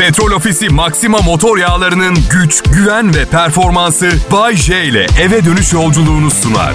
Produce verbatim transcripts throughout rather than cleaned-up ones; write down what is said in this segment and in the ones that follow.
Petrol Ofisi Maxima motor yağlarının güç, güven ve performansı Bay J ile eve dönüş yolculuğunu sunar.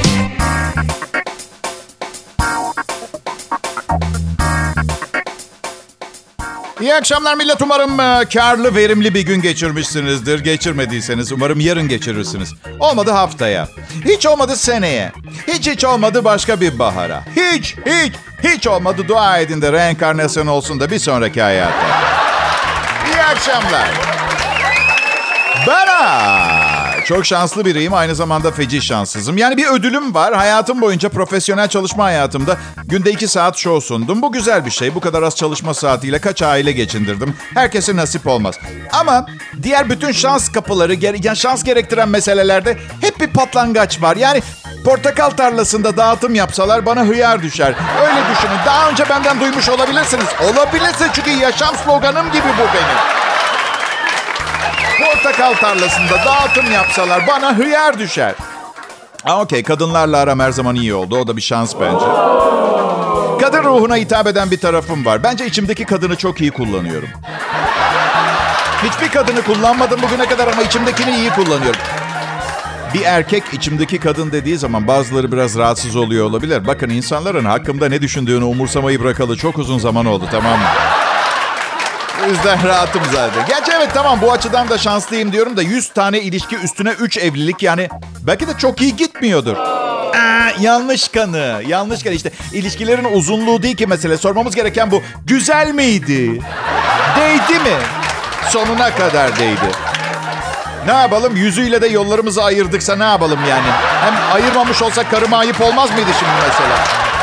İyi akşamlar millet. Umarım e, karlı, verimli bir gün geçirmişsinizdir. Geçirmediyseniz umarım yarın geçirirsiniz. Olmadı haftaya. Hiç olmadı seneye. Hiç hiç olmadı başka bir bahara. Hiç, hiç, hiç olmadı dua edin de reenkarnasyon olsun da bir sonraki hayata. İyi akşamlar. Ben aa, çok şanslı biriyim. Aynı zamanda feci şanssızım. Yani bir ödülüm var. Hayatım boyunca profesyonel çalışma hayatımda günde iki saat show sundum. Bu güzel bir şey. Bu kadar az çalışma saatiyle kaç aile geçindirdim. Herkese nasip olmaz. Ama diğer bütün şans kapıları, yani şans gerektiren meselelerde hep bir patlangaç var. Yani portakal tarlasında dağıtım yapsalar bana hıyar düşer. Öyle düşünün. Daha önce benden duymuş olabilirsiniz. Olabilirse çünkü yaşam sloganım gibi bu benim. Portakal tarlasında dağıtım yapsalar bana hıyar düşer. Ha, okey, kadınlarla aram her zaman iyi oldu. O da bir şans bence. Kadın ruhuna hitap eden bir tarafım var. Bence içimdeki kadını çok iyi kullanıyorum. Hiçbir kadını kullanmadım bugüne kadar ama içimdekini iyi kullanıyorum. Bir erkek içimdeki kadın dediği zaman bazıları biraz rahatsız oluyor olabilir. Bakın, insanların hakkımda ne düşündüğünü umursamayı bırakalı çok uzun zaman oldu, tamam mı? O yüzden rahatım zaten. Gerçi evet, tamam, bu açıdan da şanslıyım diyorum da yüz tane ilişki üstüne üç evlilik, yani belki de çok iyi gitmiyordur. Aa, yanlış kanı. Yanlış kanı. İşte ilişkilerin uzunluğu değil ki mesele. Sormamız gereken bu. Güzel miydi? Değdi mi? Sonuna kadar değdi. Ne yapalım? Yüzüyle de yollarımızı ayırdıksa ne yapalım yani? Hem ayırmamış olsak karıma ayıp olmaz mıydı şimdi mesela?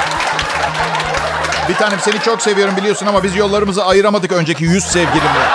Bir tanem, seni çok seviyorum biliyorsun ama biz yollarımızı ayıramadık önceki yüz sevgilimle.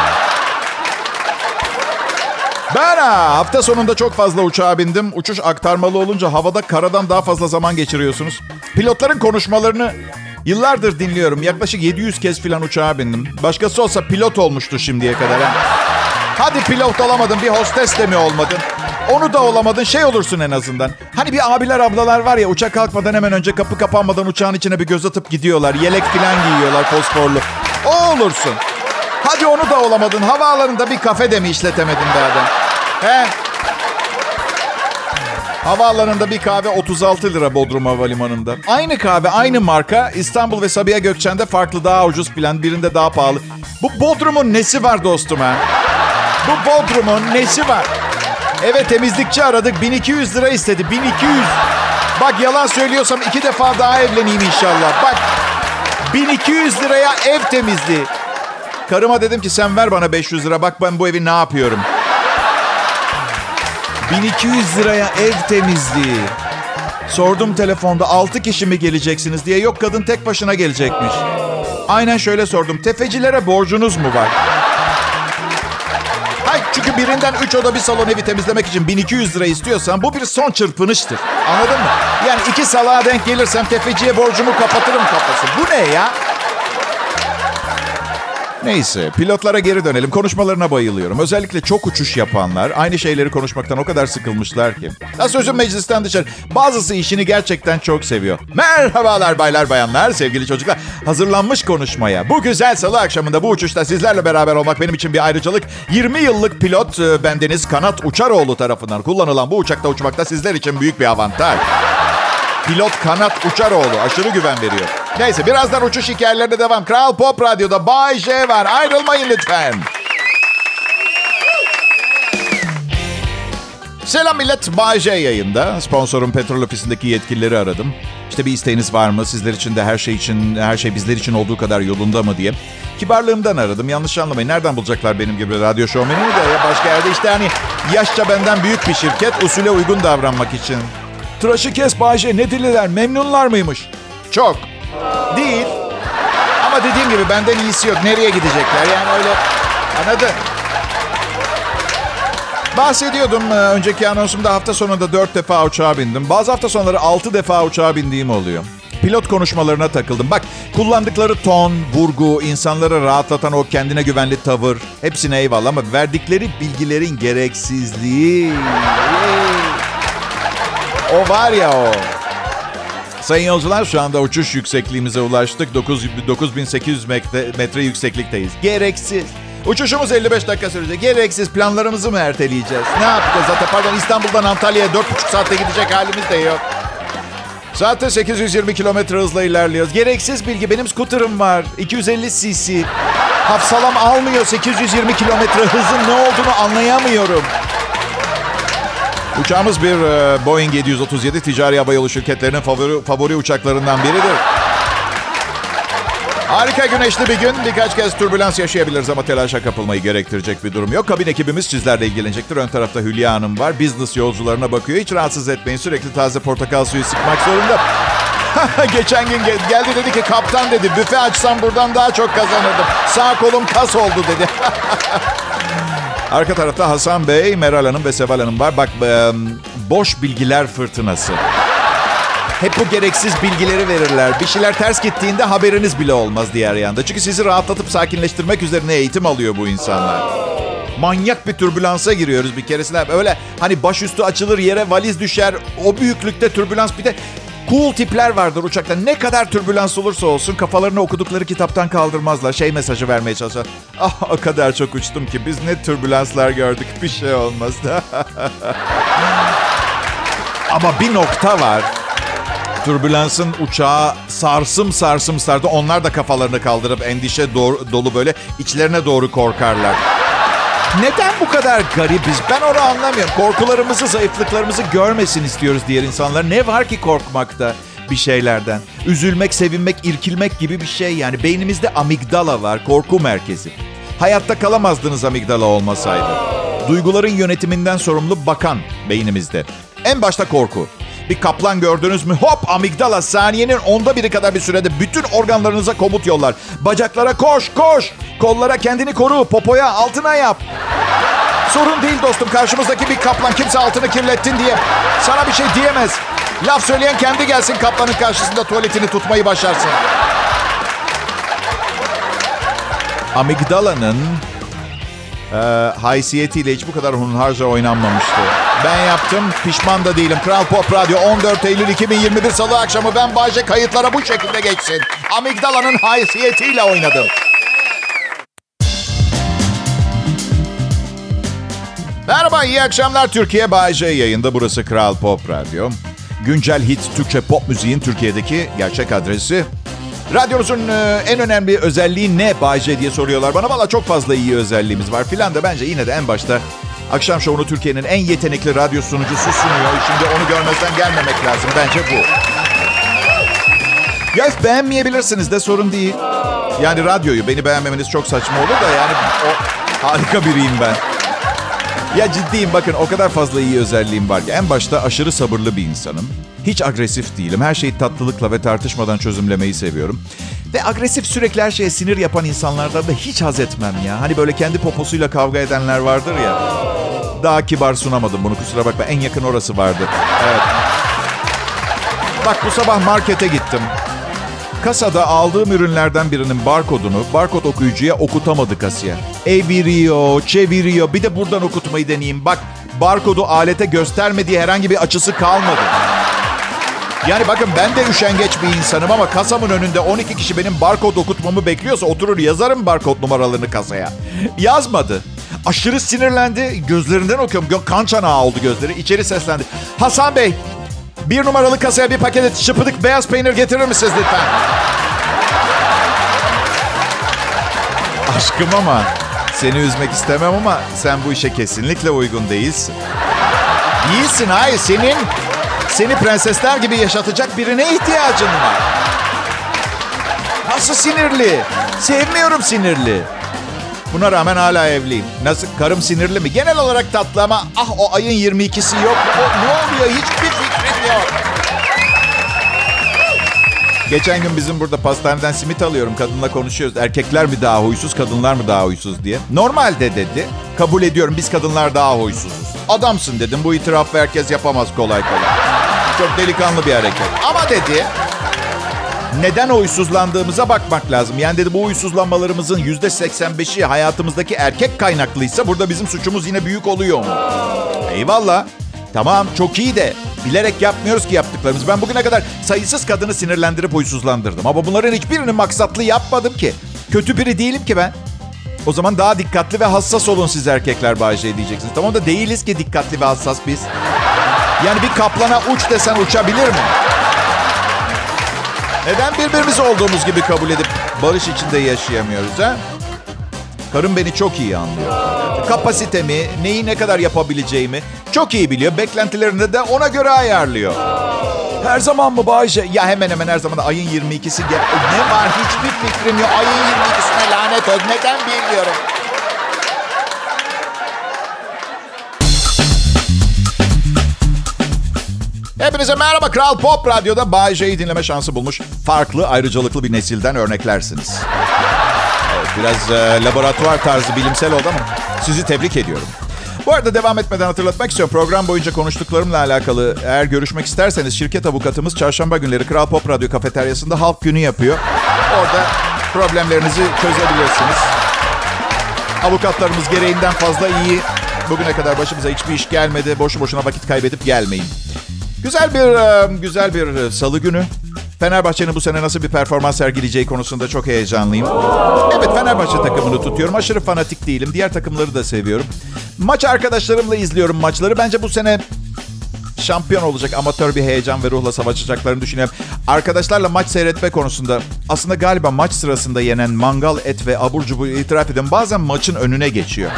Ben ha, hafta sonunda çok fazla uçağa bindim. Uçuş aktarmalı olunca havada karadan daha fazla zaman geçiriyorsunuz. Pilotların konuşmalarını yıllardır dinliyorum. Yaklaşık yedi yüz kez falan uçağa bindim. Başkası olsa pilot olmuştu şimdiye kadar. Ha? Hadi pilot olamadın, bir hostes de mi olmadın? Onu da olamadın, şey olursun en azından. Hani bir abiler ablalar var ya, uçak kalkmadan hemen önce kapı kapanmadan uçağın içine bir göz atıp gidiyorlar. Yelek falan giyiyorlar fosforlu. O olursun. Hadi onu da olamadın. Havaalanında bir kafe de mi işletemedin be adam? He? Havaalanında bir kahve otuz altı lira Bodrum Havalimanı'nda. Aynı kahve, aynı marka İstanbul ve Sabiha Gökçen'de farklı, daha ucuz falan, birinde daha pahalı. Bu Bodrum'un nesi var dostum ha? Bu Bodrum'un nesi var? Evet, temizlikçi aradık. bin iki yüz lira istedi. bin iki yüz. Bak, yalan söylüyorsam iki defa daha evleneyim inşallah. Bak, bin iki yüz liraya ev temizliği. Karıma dedim ki sen ver bana beş yüz lira. Bak ben bu evi ne yapıyorum. bin iki yüz liraya ev temizliği. Sordum telefonda, altı kişi mi geleceksiniz diye. Yok, kadın tek başına gelecekmiş. Aynen şöyle sordum. Tefecilere borcunuz mu var? Hayır, çünkü birinden üç oda bir salon evi temizlemek için bin iki yüz lira istiyorsan bu bir son çırpınıştır. Anladın mı? Yani iki salağa denk gelirsem tefeciye borcumu kapatırım kafası. Bu ne ya? Neyse, pilotlara geri dönelim. Konuşmalarına bayılıyorum. Özellikle çok uçuş yapanlar aynı şeyleri konuşmaktan o kadar sıkılmışlar ki. Ya sözüm meclisten dışarı. Bazısı işini gerçekten çok seviyor. Merhabalar baylar bayanlar, sevgili çocuklar. Hazırlanmış konuşmaya. Bu güzel salı akşamında bu uçuşta sizlerle beraber olmak benim için bir ayrıcalık. yirmi yıllık pilot bendeniz Kanat Uçaroğlu tarafından kullanılan bu uçakta uçmakta sizler için büyük bir avantaj. Pilot Kanat Uçaroğlu aşırı güven veriyor. Neyse, birazdan uçuş hikayelerine devam. Kral Pop Radyo'da Bay J var. Ayrılmayın lütfen. Selam millet. Bay J yayında. Sponsorum Petrol Ofisi'ndeki yetkilileri aradım. İşte bir isteğiniz var mı? Sizler için de her şey için, her şey bizler için olduğu kadar yolunda mı diye. Kibarlığımdan aradım. Yanlış anlamayın. Nereden bulacaklar benim gibi radyo şovmenini de ya? Başka yerde işte, hani yaşça benden büyük bir şirket, usule uygun davranmak için. Tıraşı kes Bay J, ne dililer, memnunlar mıymış? Çok. Değil. Ama dediğim gibi benden iyisi yok. Nereye gidecekler? Yani öyle, anladın? Bahsediyordum önceki anonsumda, hafta sonunda dört defa uçağa bindim. Bazı hafta sonları altı defa uçağa bindiğim oluyor. Pilot konuşmalarına takıldım. Bak, kullandıkları ton, vurgu, insanları rahatlatan o kendine güvenli tavır, hepsine eyvallah ama verdikleri bilgilerin gereksizliği. O var ya o. Sayın yolcular, şu anda uçuş yüksekliğimize ulaştık. dokuz bin sekiz yüz metre, metre yükseklikteyiz. Gereksiz. Uçuşumuz elli beş dakika sürecek. Gereksiz planlarımızı mı erteleyeceğiz? Ne yapacağız zaten? Pardon, İstanbul'dan Antalya'ya dört buçuk saatte gidecek halimiz de yok. Saatte sekiz yüz yirmi kilometre hızla ilerliyoruz. Gereksiz bilgi. Benim scooter'ım var. iki yüz elli cc. Hafsalam almıyor. sekiz yüz yirmi kilometre hızın ne olduğunu anlayamıyorum. Uçağımız bir e, Boeing yedi yüz otuz yedi ticari havayolu şirketlerinin favori, favori uçaklarından biridir. Harika güneşli bir gün. Birkaç kez türbülans yaşayabiliriz ama telaşa kapılmayı gerektirecek bir durum yok. Kabin ekibimiz sizlerle ilgilenecektir. Ön tarafta Hülya Hanım var. Business yolcularına bakıyor. Hiç rahatsız etmeyin. Sürekli taze portakal suyu sıkmak zorunda. Geçen gün gel- geldi dedi ki kaptan dedi büfe açsam buradan daha çok kazanırdım. Sağ kolum kas oldu dedi. Arka tarafta Hasan Bey, Meral Hanım ve Seval Hanım var. Bak e, boş bilgiler fırtınası. Hep bu gereksiz bilgileri verirler. Bir şeyler ters gittiğinde haberiniz bile olmaz diğer yanda. Çünkü sizi rahatlatıp sakinleştirmek üzerine eğitim alıyor bu insanlar. Manyak bir türbülansa giriyoruz bir keresinde. Öyle hani başüstü açılır, yere valiz düşer. O büyüklükte türbülans, bir de cool tipler vardır uçakta. Ne kadar türbülans olursa olsun kafalarını okudukları kitaptan kaldırmazlar. Şey mesajı vermeye çalışır. Ah, o kadar çok uçtum ki biz ne türbülanslar gördük. Bir şey olmaz. Ama bir nokta var. Türbülansın uçağı sarsım sarsım sardı. Onlar da kafalarını kaldırıp endişe doğru, dolu böyle içlerine doğru korkarlar. Neden bu kadar garibiz? Ben onu anlamıyorum. Korkularımızı, zayıflıklarımızı görmesin istiyoruz diğer insanlar. Ne var ki korkmakta bir şeylerden? Üzülmek, sevinmek, irkilmek gibi bir şey yani. Beynimizde amigdala var, korku merkezi. Hayatta kalamazdınız amigdala olmasaydı. Duyguların yönetiminden sorumlu bakan beynimizde. En başta korku. Bir kaplan gördünüz mü? Hop, amigdala saniyenin onda biri kadar bir sürede bütün organlarınıza komut yollar. Bacaklara koş, koş. Kollara kendini koru, popoya altına yap. Sorun değil dostum, karşımızdaki bir kaplan, kimse altını kirlettin diye sana bir şey diyemez. Laf söyleyen kendi gelsin kaplanın karşısında tuvaletini tutmayı başarsın. Amigdalanın e, haysiyetiyle hiç bu kadar hunharca oynanmamıştı. Ben yaptım, pişman da değilim. Kral Pop Radyo on dört Eylül iki bin yirmi bir Salı akşamı ben Bay J, kayıtlara bu şekilde geçsin. Amigdalanın haysiyetiyle oynadım. Merhaba, iyi akşamlar Türkiye. Bay J yayında, burası Kral Pop Radyo. Güncel hit Türkçe pop müziğin Türkiye'deki gerçek adresi. Radyonuzun en önemli özelliği ne Bay J diye soruyorlar bana. Valla çok fazla iyi özelliğimiz var filan da bence yine de en başta akşam şovunu Türkiye'nin en yetenekli radyo sunucusu sunuyor. Şimdi onu görmezden gelmemek lazım. Bence bu. Ya beğenmeyebilirsiniz de sorun değil. Yani radyoyu, beni beğenmemeniz çok saçma olur da yani o harika biriyim ben. Ya ciddiyim, bakın o kadar fazla iyi özelliğim var ki. En başta aşırı sabırlı bir insanım. Hiç agresif değilim. Her şeyi tatlılıkla ve tartışmadan çözümlemeyi seviyorum. Ve agresif, sürekli her şeye sinir yapan insanlardan da hiç haz etmem ya. Hani böyle kendi poposuyla kavga edenler vardır ya. Daha kibar sunamadım bunu, kusura bakma. En yakın orası vardı. Evet. Bak, bu sabah markete gittim. Kasada aldığım ürünlerden birinin barkodunu barkod okuyucuya okutamadı kasiyer. Eviriyor, çeviriyor. Bir de buradan okutmayı deneyeyim. Bak, barkodu alete göstermediği herhangi bir açısı kalmadı. Yani bakın, ben de üşengeç bir insanım ama kasamın önünde on iki kişi benim barkod okutmamı bekliyorsa oturur yazarım barkod numaralarını kasaya. Yazmadı. Aşırı sinirlendi. Gözlerinden okuyorum. Kan çanağı oldu gözleri. İçeri seslendi. Hasan Bey, bir numaralı kasaya bir paket şıpıdık beyaz peynir getirir misiniz lütfen? Aşkım, ama seni üzmek istemem ama sen bu işe kesinlikle uygun değilsin. Değilsin, hayır. Senin, seni prensesler gibi yaşatacak birine ihtiyacın var. Nasıl sinirli? Sevmiyorum sinirli. Buna rağmen hala evliyim. Nasıl, karım sinirli mi? Genel olarak tatlı ama ah, o ayın yirmi ikisi yok. O, ne oluyor? Hiçbir fikrim yok. Geçen gün bizim burada pastaneden simit alıyorum. Kadınla konuşuyoruz. Erkekler mi daha huysuz, kadınlar mı daha huysuz diye. Normalde dedi. Kabul ediyorum, biz kadınlar daha huysuzuz. Adamsın dedim. Bu itirafı herkes yapamaz kolay kolay. Çok delikanlı bir hareket. Ama dedi, neden huysuzlandığımıza bakmak lazım. Yani dedi, bu huysuzlanmalarımızın yüzde seksen beşi hayatımızdaki erkek kaynaklıysa burada bizim suçumuz yine büyük oluyor mu? Eyvallah. Tamam, çok iyi de bilerek yapmıyoruz ki yaptıklarımız. Ben bugüne kadar sayısız kadını sinirlendirip huysuzlandırdım. Ama bunların hiçbirini maksatlı yapmadım ki. Kötü biri değilim ki ben. O zaman daha dikkatli ve hassas olun siz erkekler Bay J diyeceksiniz. Tamam da değiliz ki dikkatli ve hassas biz. Yani bir kaplana uç desen uçabilir mi? Neden birbirimizi olduğumuz gibi kabul edip barış içinde yaşayamıyoruz ha? Karım beni çok iyi anlıyor. Kapasitemi, neyi ne kadar yapabileceğimi çok iyi biliyor. Beklentilerini de ona göre ayarlıyor. Her zaman mı Bay J? Ya hemen hemen her zaman. Ayın yirmi ikisi gel. Ne var? Hiçbir fikrim yok. Ayın yirmi ikisine lanet olsun. Neden bilmiyorum. Hepinize merhaba. Kral Pop Radyo'da Bay J'yi dinleme şansı bulmuş farklı, ayrıcalıklı bir nesilden örneklersiniz. Evet, biraz e, laboratuvar tarzı bilimsel oldu ama sizi tebrik ediyorum. Bu arada devam etmeden hatırlatmak istiyorum. Program boyunca konuştuklarımla alakalı eğer görüşmek isterseniz şirket avukatımız çarşamba günleri Kral Pop Radyo kafeteryasında halk günü yapıyor. Orada problemlerinizi çözebilirsiniz. Avukatlarımız gereğinden fazla iyi. Bugüne kadar başımıza hiçbir iş gelmedi. Boşu boşuna vakit kaybedip gelmeyin. Güzel bir güzel bir salı günü. Fenerbahçe'nin bu sene nasıl bir performans sergileyeceği konusunda çok heyecanlıyım. Evet, Fenerbahçe takımını tutuyorum. Aşırı fanatik değilim. Diğer takımları da seviyorum. Maç arkadaşlarımla izliyorum maçları. Bence bu sene şampiyon olacak, amatör bir heyecan ve ruhla savaşacaklarını düşünüyorum. Arkadaşlarla maç seyretme konusunda aslında galiba maç sırasında yenen mangal et ve abur cubur itiraf edin bazen maçın önüne geçiyor.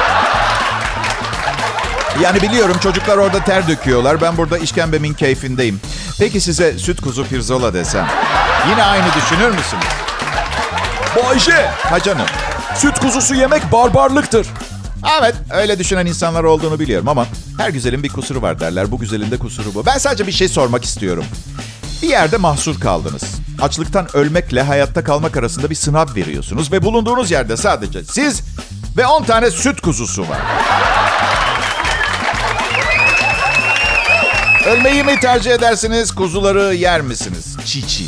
Yani biliyorum çocuklar orada ter döküyorlar. Ben burada işkembemin keyfindeyim. Peki size süt kuzu pirzola desem. Yine aynı düşünür müsünüz? Bay J, Ha canım. süt kuzusu yemek barbarlıktır. Evet, öyle düşünen insanlar olduğunu biliyorum ama her güzelin bir kusuru var derler. Bu güzelin de kusuru bu. Ben sadece bir şey sormak istiyorum. Bir yerde mahsur kaldınız. Açlıktan ölmekle hayatta kalmak arasında bir sınav veriyorsunuz ve bulunduğunuz yerde sadece siz ve on tane süt kuzusu var. Ölmeyi mi tercih edersiniz, kuzuları yer misiniz? Çiğ çiğ.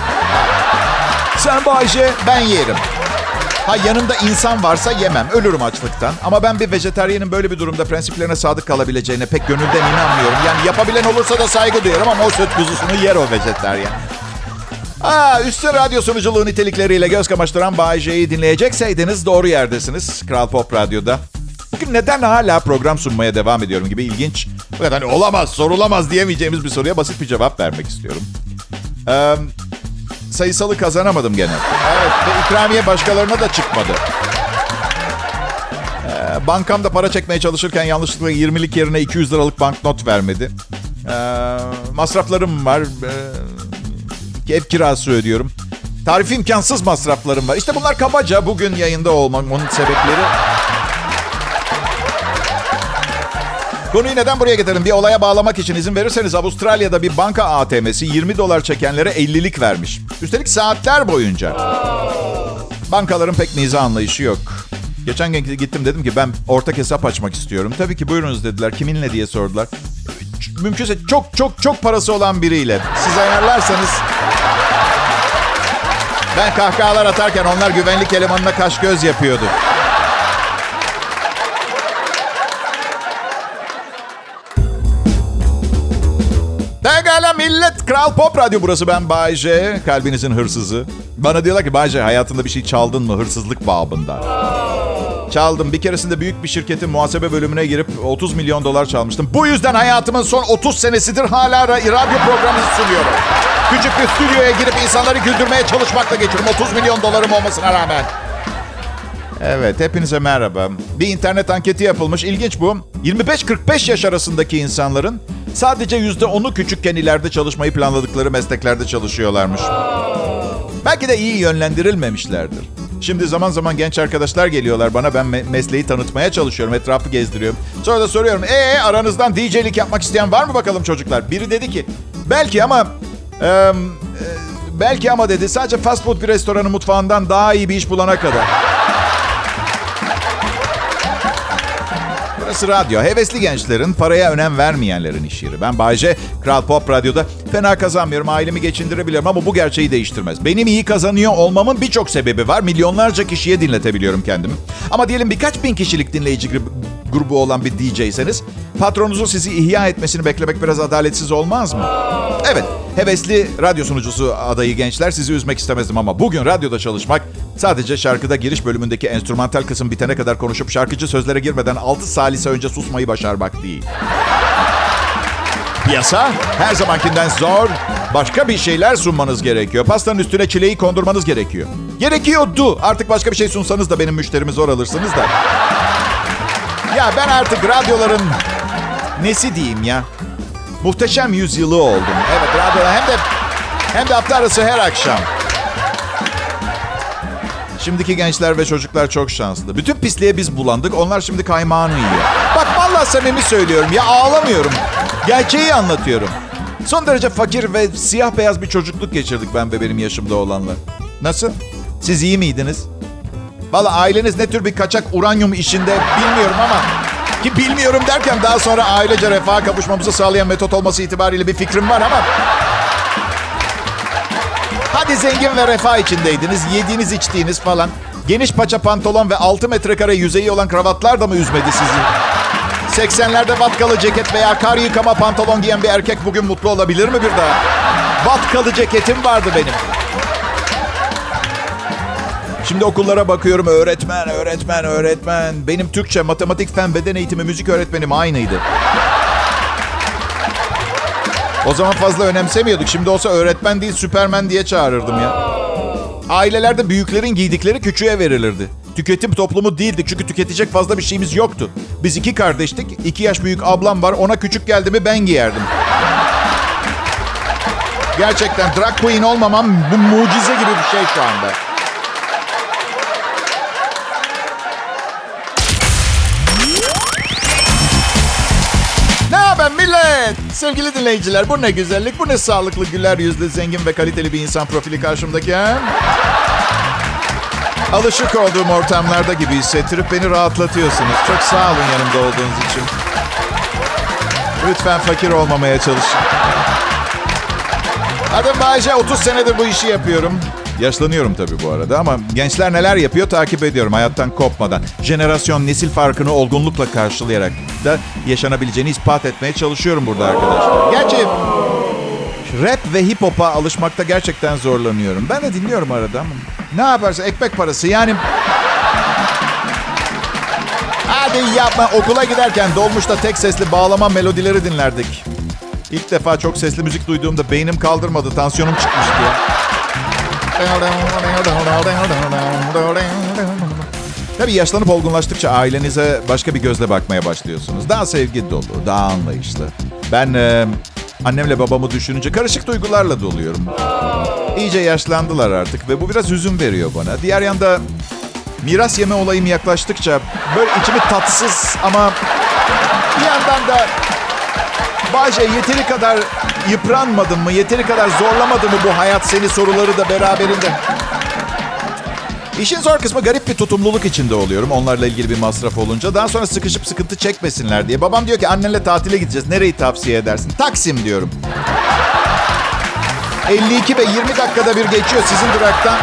Sen Bay J, Ben yerim. Ha yanımda insan varsa yemem, ölürüm açlıktan. Ama ben bir vejetaryenin böyle bir durumda prensiplerine sadık kalabileceğine pek gönülden inanmıyorum. Yani yapabilen olursa da saygı duyarım ama o süt kuzusunu yer o vejetaryen. Aa, üstün radyo sunuculuğu nitelikleriyle göz kamaştıran Bay J'yi dinleyecekseydiniz doğru yerdesiniz. Kral Pop Radyo'da. Bugün neden hala program sunmaya devam ediyorum gibi ilginç. Fakat hani olamaz, sorulamaz diyemeyeceğimiz bir soruya basit bir cevap vermek istiyorum. Ee, sayısalı kazanamadım gene. Evet ve ikramiye başkalarına da çıkmadı. Ee, bankamda para çekmeye çalışırken yanlışlıkla yirmilik yerine iki yüz liralık banknot vermedi. Ee, masraflarım var. Ee, ev kirası ödüyorum. Tarifi imkansız masraflarım var. İşte bunlar kabaca bugün yayında olmamın sebepleri. Konuyu neden buraya getirdim? Bir olaya bağlamak için izin verirseniz Avustralya'da bir banka A T M'si yirmi dolar çekenlere ellilik vermiş. Üstelik saatler boyunca. Bankaların pek mizah anlayışı yok. Geçen gün gittim dedim ki ben ortak hesap açmak istiyorum. Tabii ki buyurunuz dediler. Kiminle diye sordular. Mümkünse çok çok çok parası olan biriyle. Siz ayarlarsanız... Ben kahkahalar atarken onlar güvenlik elemanına kaş göz yapıyordu. Pekala millet, Kral Pop Radyo burası, ben Bay J, kalbinizin hırsızı. Bana diyorlar ki Bay J hayatında bir şey çaldın mı hırsızlık babında? Çaldım. Bir keresinde büyük bir şirketin muhasebe bölümüne girip otuz milyon dolar çalmıştım. Bu yüzden hayatımın son otuz senesidir hala radyo programı sunuyorum. Küçük bir stüdyoya girip insanları güldürmeye çalışmakla geçiyorum. otuz milyon dolarım olmasına rağmen. Evet, hepinize merhaba. Bir internet anketi yapılmış. İlginç bu. yirmi beş kırk beş yaş arasındaki insanların sadece yüzde onu küçükken ileride çalışmayı planladıkları mesleklerde çalışıyorlarmış. Belki de iyi yönlendirilmemişlerdir. Şimdi zaman zaman genç arkadaşlar geliyorlar bana. Ben me- mesleği tanıtmaya çalışıyorum. Etrafı gezdiriyorum. Sonra da soruyorum. Ee aranızdan D J'lik yapmak isteyen var mı bakalım çocuklar? Biri dedi ki belki ama... E, e, belki ama dedi sadece fast food bir restoranın mutfağından daha iyi bir iş bulana kadar. Burası radyo. Hevesli gençlerin, paraya önem vermeyenlerin iş yeri. Ben Bay J, Kral Pop Radyo'da fena kazanmıyorum. Ailemi geçindirebiliyorum ama bu gerçeği değiştirmez. Benim iyi kazanıyor olmamın birçok sebebi var. Milyonlarca kişiye dinletebiliyorum kendimi. Ama diyelim birkaç bin kişilik dinleyici grubu olan bir D J'seniz... patronunuzun sizi ihya etmesini beklemek biraz adaletsiz olmaz mı? Evet, hevesli radyo sunucusu adayı gençler, sizi üzmek istemezdim ama bugün radyoda çalışmak Sadece şarkıda giriş bölümündeki enstrümantal kısım bitene kadar konuşup şarkıcı sözlere girmeden altı salise önce susmayı başarmak değil. Piyasa her zamankinden zor. Başka bir şeyler sunmanız gerekiyor. Pastanın üstüne çileği kondurmanız gerekiyor. Gerekiyordu. Artık başka bir şey sunsanız da benim müşterimi zor alırsınız da. Ya ben artık radyoların nesi diyeyim ya? Muhteşem yüzyılı oldum. Evet, radyolar hem de hem de hafta arası her akşam. Şimdiki gençler ve çocuklar çok şanslı. Bütün pisliğe biz bulandık. Onlar şimdi kaymağını yiyor. Bak vallahi samimi söylüyorum ya, ağlamıyorum. Gerçeği anlatıyorum. Son derece fakir ve siyah beyaz bir çocukluk geçirdik ben ve benim yaşımda olanlar. Nasıl? Siz iyi miydiniz? Vallahi aileniz ne tür bir kaçak uranyum işinde bilmiyorum ama... Ki bilmiyorum derken daha sonra ailece refaha kavuşmamızı sağlayan metot olması itibariyle bir fikrim var ama... Hadi zengin ve refah içindeydiniz. Yediğiniz, içtiğiniz falan. Geniş paça pantolon ve altı metrekare yüzeyi olan kravatlar da mı üzmedi sizi? seksenlerde vatkalı ceket veya kar yıkama pantolon giyen bir erkek bugün mutlu olabilir mi bir daha? Vatkalı ceketim vardı benim. Şimdi okullara bakıyorum. Öğretmen, öğretmen, öğretmen. Benim Türkçe, matematik, fen, beden eğitimi, müzik öğretmenim aynıydı. O zaman fazla önemsemiyorduk. Şimdi olsa öğretmen değil, Süpermen diye çağırırdım ya. Ailelerde büyüklerin giydikleri küçüğe verilirdi. Tüketim toplumu değildik çünkü tüketecek fazla bir şeyimiz yoktu. Biz iki kardeştik. İki yaş büyük ablam var. Ona küçük geldi mi ben giyerdim. Gerçekten drag queen olmamam bu mucize gibi bir şey şu anda. Ne haber millet? Sevgili dinleyiciler, bu ne güzellik, bu ne sağlıklı, güler yüzlü, zengin ve kaliteli bir insan profili karşımdaki, ha? Alışık olduğum ortamlarda gibi hissettirip beni rahatlatıyorsunuz. Çok sağ olun yanımda olduğunuz için. Lütfen fakir olmamaya çalışın. Adım Bayce, otuz senedir bu işi yapıyorum. Yaşlanıyorum tabii bu arada ama gençler neler yapıyor takip ediyorum hayattan kopmadan. Jenerasyon nesil farkını olgunlukla karşılayarak da yaşanabileceğini ispat etmeye çalışıyorum burada arkadaşlar. Gerçi rap ve hip hop'a alışmakta gerçekten zorlanıyorum. Ben de dinliyorum arada ama ne yaparsa ekmek parası yani. Hadi yapma, okula giderken dolmuşta tek sesli bağlama melodileri dinlerdik. İlk defa çok sesli müzik duyduğumda beynim kaldırmadı, tansiyonum çıkmıştı ya. Tabii yaşlanıp olgunlaştıkça ailenize başka bir gözle bakmaya başlıyorsunuz. Daha sevgi dolu, daha anlayışlı. Ben e, annemle babamı düşününce karışık duygularla doluyorum. İyice yaşlandılar artık ve bu biraz hüzün veriyor bana. Diğer yanda miras yeme olayım yaklaştıkça böyle içimi tatsız ama bir yandan da Bayce yeteri kadar yıpranmadın mı, yeteri kadar zorlamadı mı bu hayat seni soruları da beraberinde. İşin zor kısmı garip bir tutumluluk içinde oluyorum onlarla ilgili bir masraf olunca. Daha sonra sıkışıp sıkıntı çekmesinler diye. Babam diyor ki annenle tatile gideceğiz. Nereyi tavsiye edersin? Taksim diyorum. elli iki ve yirmi dakikada bir geçiyor sizin duraktan.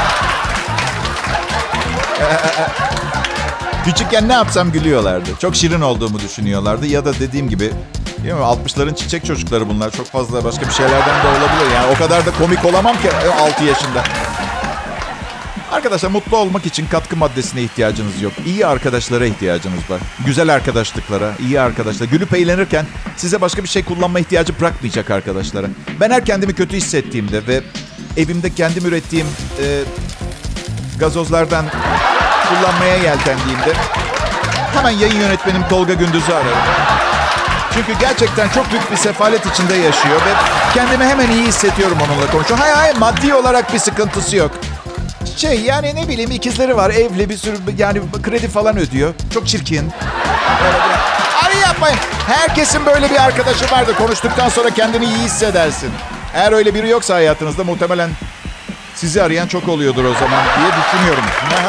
Küçükken ne yapsam gülüyorlardı. Çok şirin olduğumu düşünüyorlardı. Ya da dediğim gibi altmışların çiçek çocukları bunlar. Çok fazla başka bir şeylerden de olabilir. Yani o kadar da komik olamam ki altı yaşında. Arkadaşlar mutlu olmak için katkı maddesine ihtiyacınız yok. İyi arkadaşlara ihtiyacınız var. Güzel arkadaşlıklara, iyi arkadaşlar. Gülüp eğlenirken size başka bir şey kullanma ihtiyacı bırakmayacak arkadaşlara. Ben her kendimi kötü hissettiğimde ve evimde kendim ürettiğim e, gazozlardan kullanmaya yeltendiğimde hemen yayın yönetmenim Tolga Gündüz'ü ararım. Çünkü gerçekten çok büyük bir sefalet içinde yaşıyor ve kendimi hemen iyi hissediyorum onunla konuşuyorum. Hayır hayır maddi olarak bir sıkıntısı yok. Şey yani ne bileyim ikizleri var, evli bir sürü yani kredi falan ödüyor. Çok çirkin. Ay yapmayın. Herkesin böyle bir arkadaşı vardır. Konuştuktan sonra kendini iyi hissedersin. Eğer öyle biri yoksa hayatınızda muhtemelen sizi arayan çok oluyordur o zaman diye düşünüyorum.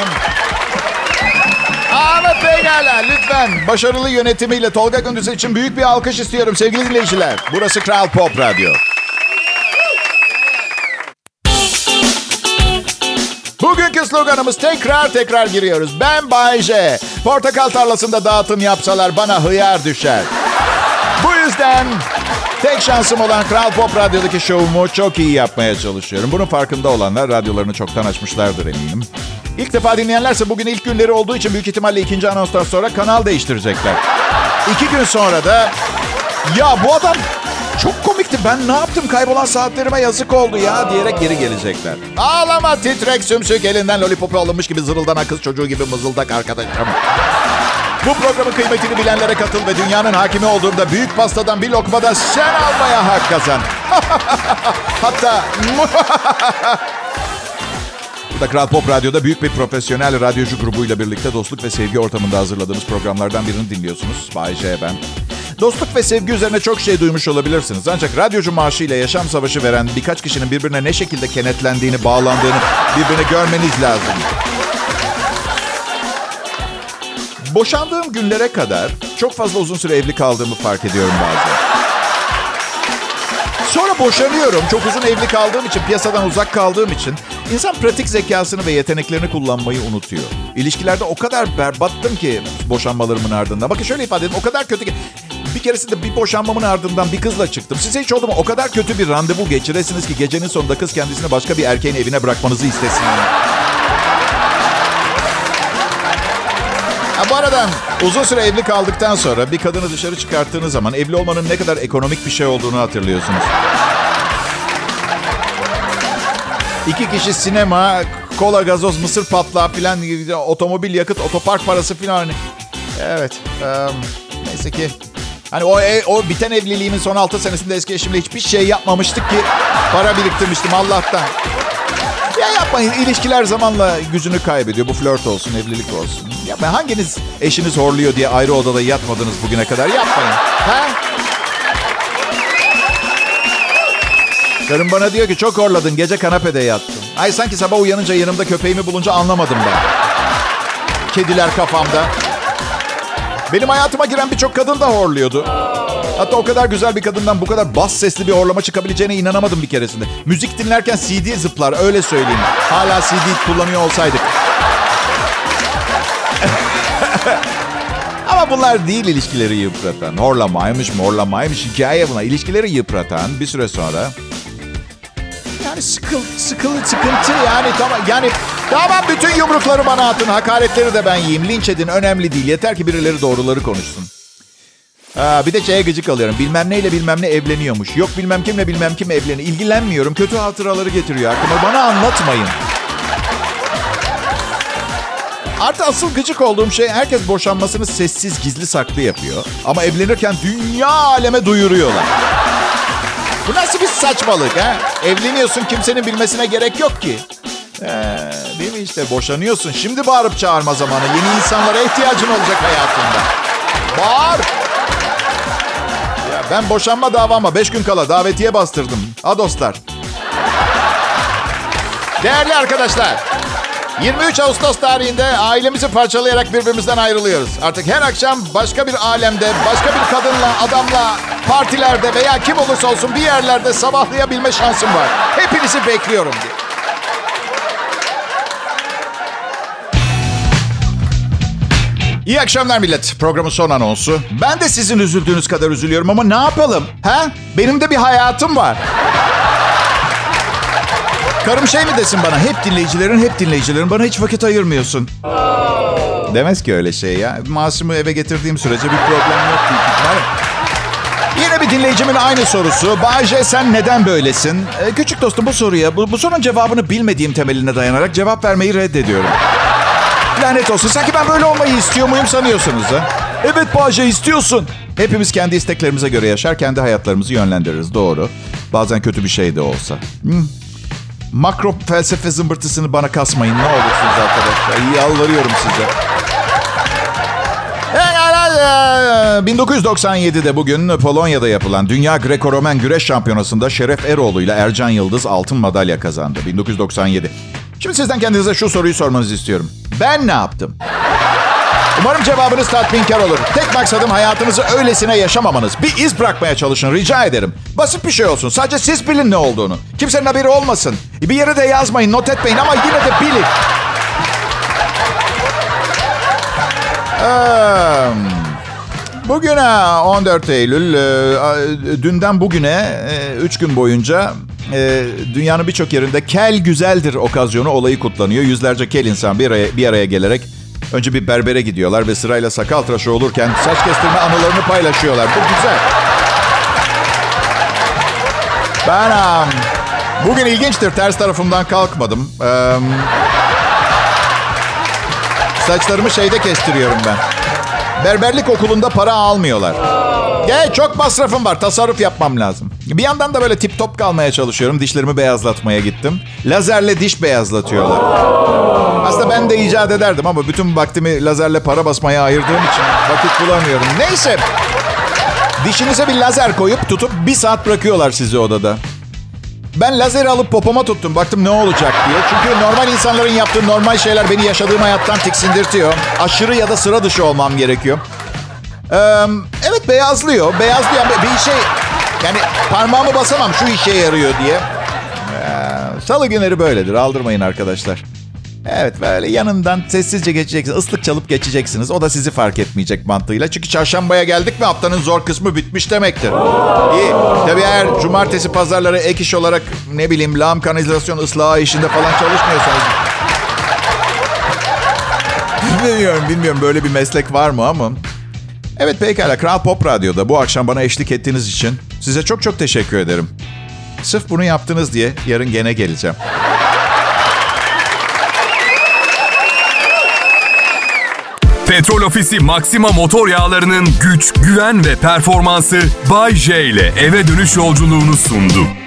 Ahmet Pekala lütfen başarılı yönetimiyle Tolga Gündüz için büyük bir alkış istiyorum sevgili dinleyiciler. Burası Kral Pop Radyo. Bugünkü sloganımız tekrar tekrar giriyoruz. Ben Bay J. Portakal tarlasında dağıtım yapsalar bana hıyar düşer. Bu yüzden tek şansım olan Kral Pop Radyo'daki şovumu çok iyi yapmaya çalışıyorum. Bunun farkında olanlar radyolarını çoktan açmışlardır eminim. İlk defa dinleyenlerse bugün ilk günleri olduğu için büyük ihtimalle ikinci anonstan sonra kanal değiştirecekler. İki gün sonra da ya bu adam çok komikti, ben ne yaptım, kaybolan saatlerime yazık oldu ya diyerek geri gelecekler. Ağlama titrek sümsük, elinden lollipopu alınmış gibi zırıldanan kız çocuğu gibi mızıldak arkadaşım. Bu programın kıymetini bilenlere katıl ve dünyanın hakimi olduğunda büyük pastadan bir lokma da sen almaya hak kazan. Hatta burada Kral Pop Radyo'da büyük bir profesyonel radyocu grubuyla birlikte dostluk ve sevgi ortamında hazırladığımız programlardan birini dinliyorsunuz. Bay J ben. Dostluk ve sevgi üzerine çok şey duymuş olabilirsiniz. Ancak radyocu maaşıyla yaşam savaşı veren birkaç kişinin birbirine ne şekilde kenetlendiğini, bağlandığını birbirine görmeniz lazım. Boşandığım günlere kadar çok fazla uzun süre evli kaldığımı fark ediyorum bazen. Sonra boşanıyorum. Çok uzun evli kaldığım için, piyasadan uzak kaldığım için insan pratik zekasını ve yeteneklerini kullanmayı unutuyor. İlişkilerde o kadar berbattım ki boşanmalarımın ardından. Bakın şöyle ifade edeyim. O kadar kötü ki bir keresinde bir boşanmamın ardından bir kızla çıktım. Size hiç oldu mu? O kadar kötü bir randevu geçiresiniz ki gecenin sonunda kız kendisini başka bir erkeğin evine bırakmanızı istesin. Ha, bu arada uzun süre evli kaldıktan sonra bir kadını dışarı çıkarttığınız zaman evli olmanın ne kadar ekonomik bir şey olduğunu hatırlıyorsunuz. İki kişi sinema, kola, gazoz, mısır patlağı filan, otomobil, yakıt, otopark parası filan. Evet. Um, neyse ki. Hani o, o biten evliliğimin son altı senesinde eski eşimle hiçbir şey yapmamıştık ki para biriktirmiştim Allah'tan. Ya yapmayın. İlişkiler zamanla gücünü kaybediyor. Bu flört olsun, evlilik olsun. Yapmayın. Hanginiz eşiniz horluyor diye ayrı odada yatmadınız bugüne kadar? Yapmayın. Ha? Karım bana diyor ki çok horladın. Gece kanepede yattın. Ay sanki sabah uyanınca yanımda köpeğimi bulunca anlamadım ben. Kediler kafamda. Benim hayatıma giren birçok kadın da horluyordu. Hatta o kadar güzel bir kadından bu kadar bas sesli bir horlama çıkabileceğine inanamadım bir keresinde. Müzik dinlerken C D zıplar, öyle söyleyeyim. Hala C D kullanıyor olsaydık. Ama bunlar değil ilişkileri yıpratan. Horlamaymış morlamaymış hikaye buna. İlişkileri yıpratan bir süre sonra... Yani sıkıl, sıkıl, sıkıntı yani tamam. Yani tamam, bütün yumrukları bana atın. Hakaretleri de ben yiyeyim. Linç edin, önemli değil. Yeter ki birileri doğruları konuşsun. Aa, bir de şeye gıcık alıyorum. Bilmem neyle bilmem ne evleniyormuş. Yok bilmem kimle bilmem kim evleniyor. İlgilenmiyorum. Kötü hatıraları getiriyor aklıma. Bana anlatmayın. Artı asıl gıcık olduğum şey, herkes boşanmasını sessiz gizli saklı yapıyor. Ama evlenirken dünya aleme duyuruyorlar. Bu nasıl bir saçmalık ha? Evleniyorsun, kimsenin bilmesine gerek yok ki. Ee, değil mi işte, boşanıyorsun. Şimdi bağırıp çağırma zamanı. Yeni insanlara ihtiyacın olacak hayatında. Bağır. Ya ben boşanma davama beş gün kala davetiye bastırdım. Ha dostlar. Değerli arkadaşlar. yirmi üç Ağustos tarihinde ailemizi parçalayarak birbirimizden ayrılıyoruz. Artık her akşam başka bir alemde, başka bir kadınla, adamla, partilerde veya kim olursa olsun bir yerlerde sabahlayabilme şansım var. Hepinizi bekliyorum diye. İyi akşamlar millet. Programın son anonsu. Ben de sizin üzüldüğünüz kadar üzülüyorum ama ne yapalım? Ha? Benim de bir hayatım var. Karım şey mi desin bana? Hep dinleyicilerin, hep dinleyicilerin. Bana hiç vakit ayırmıyorsun. Demez ki öyle şey ya. Masum'u eve getirdiğim sürece bir problem yok büyük ihtimalle. Yine bir dinleyicimin aynı sorusu. Bay J, sen neden böylesin? Ee, küçük dostum, bu soruya, bu, bu sorunun cevabını bilmediğim temeline dayanarak cevap vermeyi reddediyorum. Lanet olsun. Sanki ben böyle olmayı istiyor muyum sanıyorsunuz ha? Evet Bay J, istiyorsun. Hepimiz kendi isteklerimize göre yaşar, kendi hayatlarımızı yönlendiririz. Doğru. Bazen kötü bir şey de olsa. Hmm. Makro felsefe zımbırtısını bana kasmayın. Ne olursunuz arkadaşlar. Yalvarıyorum size. bin dokuz yüz doksan yedide bugün Polonya'da yapılan Dünya Greko-Romen Güreş Şampiyonası'nda Şeref Eroğlu ile Ercan Yıldız altın madalya kazandı. bin dokuz yüz doksan yedi. Şimdi sizden kendinize şu soruyu sormanızı istiyorum. Ben ne yaptım? Umarım cevabınız tatminkar olur. Tek maksadım hayatınızı öylesine yaşamamanız. Bir iz bırakmaya çalışın, rica ederim. Basit bir şey olsun. Sadece siz bilin ne olduğunu. Kimsenin haberi olmasın. Bir yere de yazmayın, not etmeyin ama yine de bilin. Ee, Bugün ha, on dört Eylül, e, dünden bugüne üç gün boyunca e, dünyanın birçok yerinde kel güzeldir okazyonu olayı kutlanıyor. Yüzlerce kel insan bir araya, bir araya gelerek önce bir berbere gidiyorlar ve sırayla sakal tıraşı olurken saç kestirme anılarını paylaşıyorlar. Bu güzel. Ben um, bugün ilginçtir, ters tarafımdan kalkmadım. Um, saçlarımı şeyde kestiriyorum ben. Berberlik okulunda para almıyorlar. Gel, çok masrafım var. Tasarruf yapmam lazım. Bir yandan da böyle tip top kalmaya çalışıyorum. Dişlerimi beyazlatmaya gittim. Lazerle diş beyazlatıyorlar. Aslında ben de icat ederdim ama bütün vaktimi lazerle para basmaya ayırdığım için vakit bulamıyorum. Neyse. Dişinize bir lazer koyup tutup bir saat bırakıyorlar sizi odada. Ben lazeri alıp popoma tuttum. Baktım ne olacak diye. Çünkü normal insanların yaptığı normal şeyler beni yaşadığım hayattan tiksindirtiyor. Aşırı ya da sıra dışı olmam gerekiyor. Ee, evet, beyazlıyor. Beyazlıyor. Bir şey, yani parmağımı basamam şu işe yarıyor diye. Ee, Salı günleri böyledir. Aldırmayın arkadaşlar. Evet, böyle yanından sessizce geçeceksiniz. Islık çalıp geçeceksiniz. O da sizi fark etmeyecek mantığıyla. Çünkü çarşambaya geldik mi haftanın zor kısmı bitmiş demektir. İyi. Tabii eğer cumartesi pazarları ek iş olarak ne bileyim lağım kanalizasyon ıslahı işinde falan çalışmıyorsanız. Bilmiyorum, bilmiyorum böyle bir meslek var mı ama. Evet, pekala. Kral Pop Radyo'da bu akşam bana eşlik ettiğiniz için size çok çok teşekkür ederim. Sırf bunu yaptınız diye yarın gene geleceğim. Petrol Ofisi Maxima motor yağlarının güç, güven ve performansı Bay J ile eve dönüş yolculuğunu sundu.